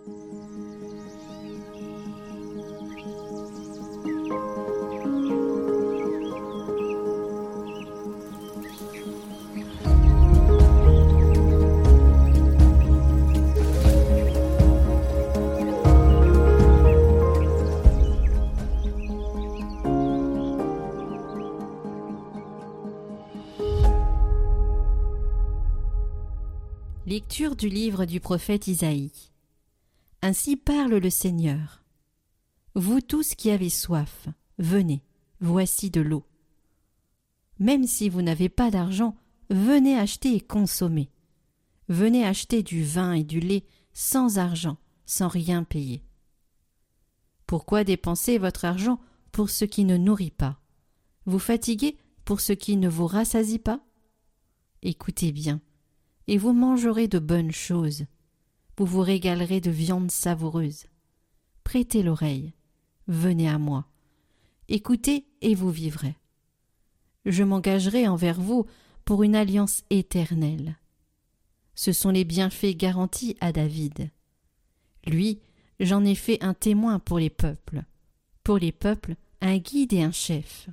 Lecture du livre du prophète Isaïe. Ainsi parle le Seigneur. Vous tous qui avez soif, venez, voici de l'eau. Même si vous n'avez pas d'argent, venez acheter et consommer. Venez acheter du vin et du lait sans argent, sans rien payer. Pourquoi dépenser votre argent pour ce qui ne nourrit pas? Vous fatiguez pour ce qui ne vous rassasie pas? Écoutez bien. Et vous mangerez de bonnes choses. Vous vous régalerez de viande savoureuse. Prêtez l'oreille. Venez à moi. Écoutez et vous vivrez. Je m'engagerai envers vous pour une alliance éternelle. Ce sont les bienfaits garantis à David. Lui, j'en ai fait un témoin pour les peuples. Pour les peuples, un guide et un chef.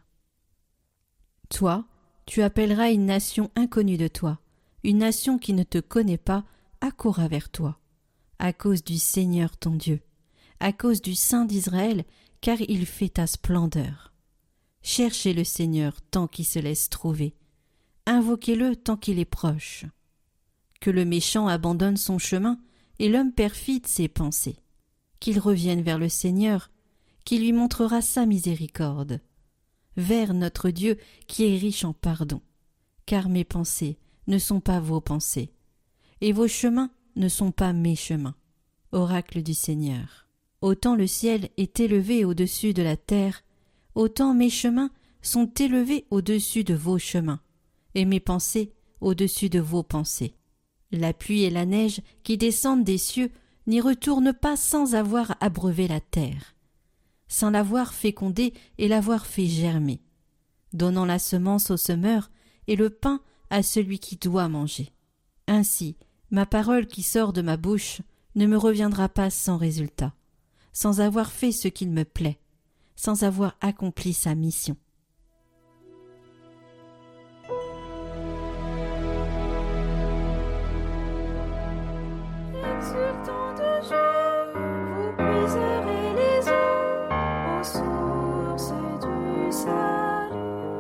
Toi, tu appelleras une nation inconnue de toi. Une nation qui ne te connaît pas accourra vers toi, à cause du Seigneur ton Dieu, à cause du Saint d'Israël, car il fait ta splendeur. Cherchez le Seigneur tant qu'il se laisse trouver, invoquez-le tant qu'il est proche. Que le méchant abandonne son chemin et l'homme perfide ses pensées, qu'il revienne vers le Seigneur, qui lui montrera sa miséricorde, vers notre Dieu qui est riche en pardon, car mes pensées ne sont pas vos pensées, et vos chemins ne sont pas mes chemins. Oracle du Seigneur. Autant le ciel est élevé au-dessus de la terre, autant mes chemins sont élevés au-dessus de vos chemins, et mes pensées au-dessus de vos pensées. La pluie et la neige qui descendent des cieux n'y retournent pas sans avoir abreuvé la terre, sans l'avoir fécondée et l'avoir fait germer, donnant la semence au semeur et le pain à celui qui doit manger. Ainsi, ma parole qui sort de ma bouche ne me reviendra pas sans résultat, sans avoir fait ce qu'il me plaît, sans avoir accompli sa mission. Exultant de joie, vous puiserez les eaux aux sources du salut.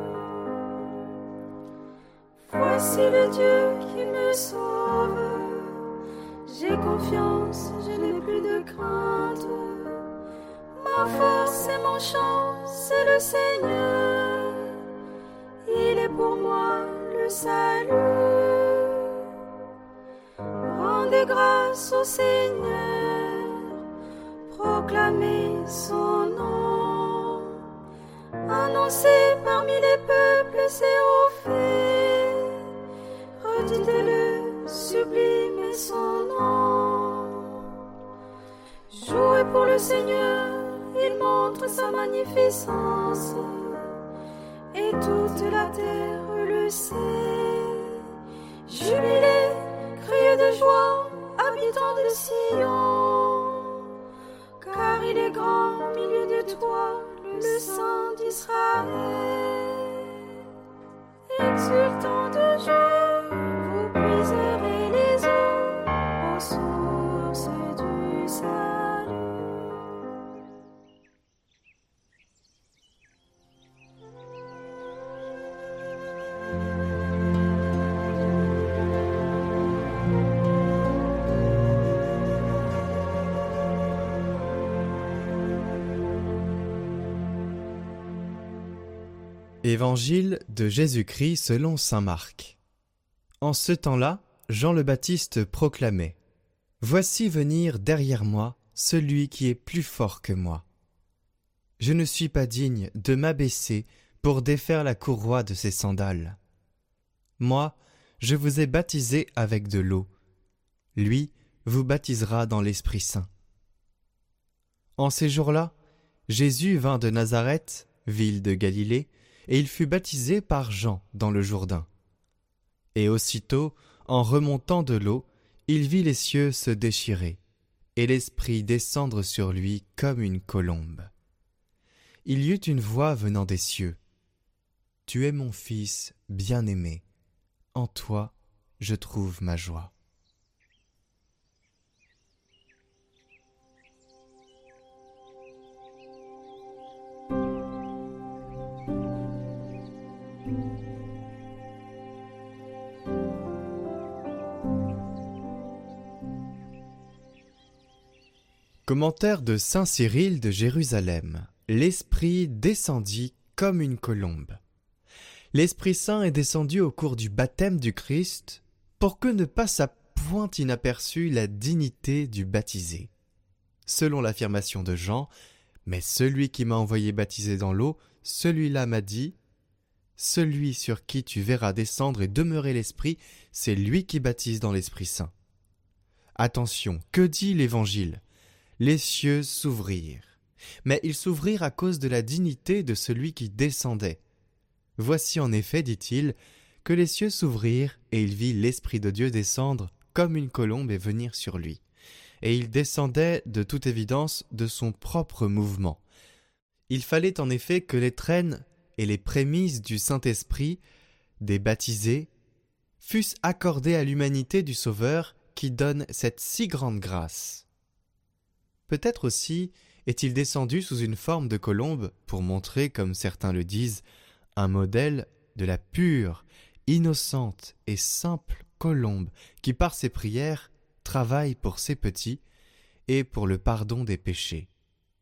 Voici le Dieu qui me sauve. J'ai confiance, je n'ai plus de crainte. Ma force et mon chant, c'est le Seigneur. Il est pour moi le salut. Rendez grâce au Seigneur, proclamez son nom. Annoncez parmi les peuples ses hauts faits. Redites-le, sublimez son nom. Jouez pour le Seigneur, il montre sa magnificence, et toute la terre le sait. Jubilez, criez de joie, habitants de Sion, car il est grand au milieu de toi, le Saint d'Israël. Exultant de joie, vous puiserez les eaux aux sources du salut. Évangile de Jésus-Christ selon saint Marc. En ce temps-là, Jean le Baptiste proclamait : « Voici venir derrière moi celui qui est plus fort que moi. Je ne suis pas digne de m'abaisser pour défaire la courroie de ses sandales. Moi, je vous ai baptisé avec de l'eau. Lui vous baptisera dans l'Esprit Saint. » En ces jours-là, Jésus vint de Nazareth, ville de Galilée, et il fut baptisé par Jean dans le Jourdain. Et aussitôt, en remontant de l'eau, il vit les cieux se déchirer, et l'Esprit descendre sur lui comme une colombe. Il y eut une voix venant des cieux. « Tu es mon Fils bien-aimé, en toi je trouve ma joie. » Commentaire de saint Cyril de Jérusalem. L'Esprit descendit comme une colombe. L'Esprit Saint est descendu au cours du baptême du Christ pour que ne passe à point inaperçue la dignité du baptisé. Selon l'affirmation de Jean, « Mais celui qui m'a envoyé baptiser dans l'eau, celui-là m'a dit, « Celui sur qui tu verras descendre et demeurer l'Esprit, c'est lui qui baptise dans l'Esprit Saint. » Attention, que dit l'Évangile ? Les cieux s'ouvrirent. Mais ils s'ouvrirent à cause de la dignité de celui qui descendait. Voici en effet, dit-il, que les cieux s'ouvrirent et il vit l'Esprit de Dieu descendre comme une colombe et venir sur lui. Et il descendait de toute évidence de son propre mouvement. Il fallait en effet que les traînes et les prémices du Saint-Esprit, des baptisés, fussent accordées à l'humanité du Sauveur qui donne cette si grande grâce. Peut-être aussi est-il descendu sous une forme de colombe pour montrer, comme certains le disent, un modèle de la pure, innocente et simple colombe qui par ses prières travaille pour ses petits et pour le pardon des péchés.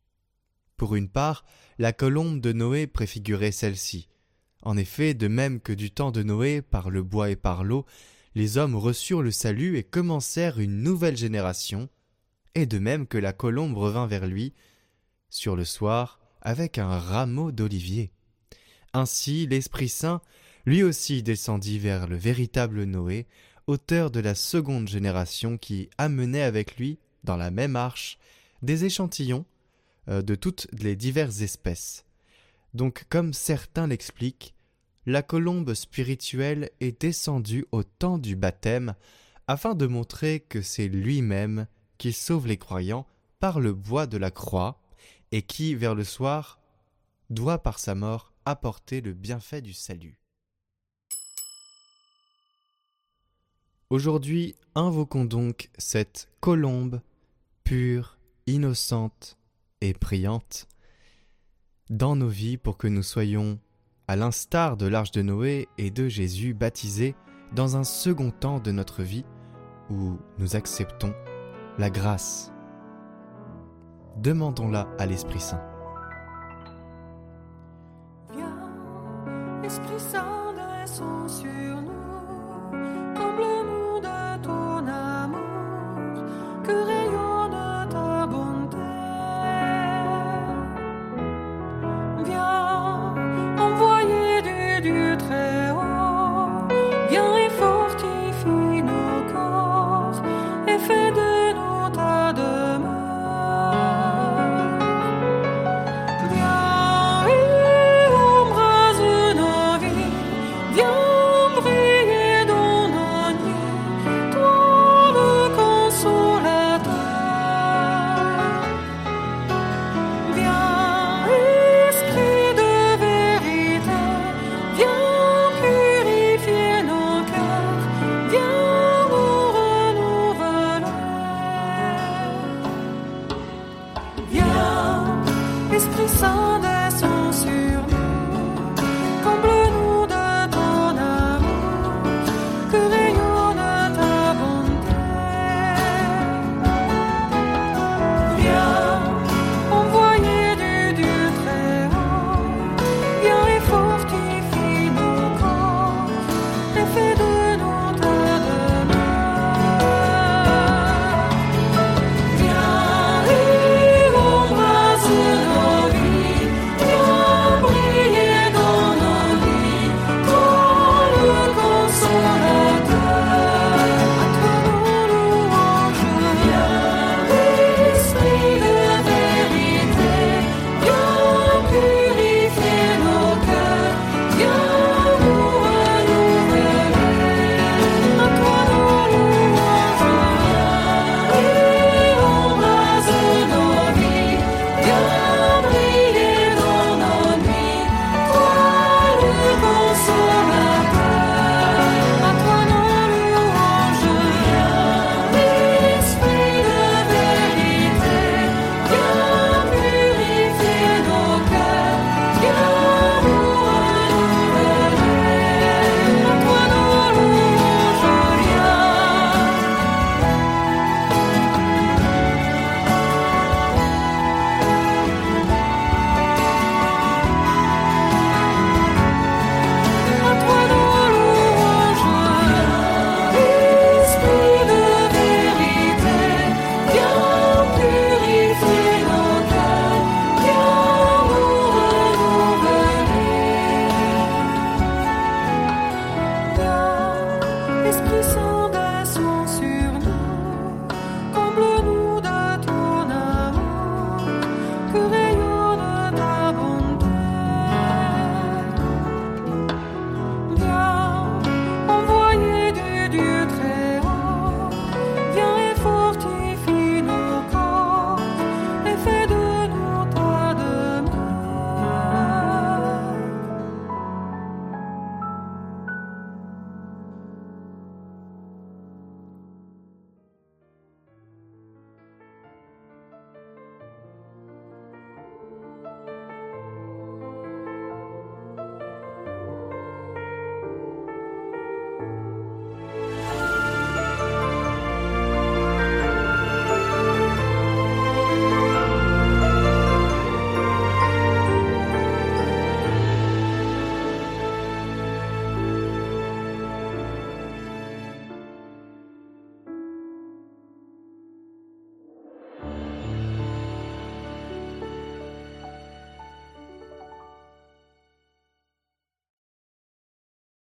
Pour une part, la colombe de Noé préfigurait celle-ci. En effet, de même que du temps de Noé, par le bois et par l'eau, les hommes reçurent le salut et commencèrent une nouvelle génération, et de même que la colombe revint vers lui, sur le soir, avec un rameau d'olivier. Ainsi, l'Esprit Saint, lui aussi descendit vers le véritable Noé, auteur de la seconde génération qui amenait avec lui, dans la même arche, des échantillons de toutes les diverses espèces. Donc, comme certains l'expliquent, la colombe spirituelle est descendue au temps du baptême afin de montrer que c'est lui-même qui sauve les croyants par le bois de la croix et qui, vers le soir, doit par sa mort apporter le bienfait du salut. Aujourd'hui, invoquons donc cette colombe pure, innocente et priante dans nos vies pour que nous soyons, à l'instar de l'arche de Noé et de Jésus, baptisés dans un second temps de notre vie où nous acceptons la grâce. Demandons-la à l'Esprit Saint.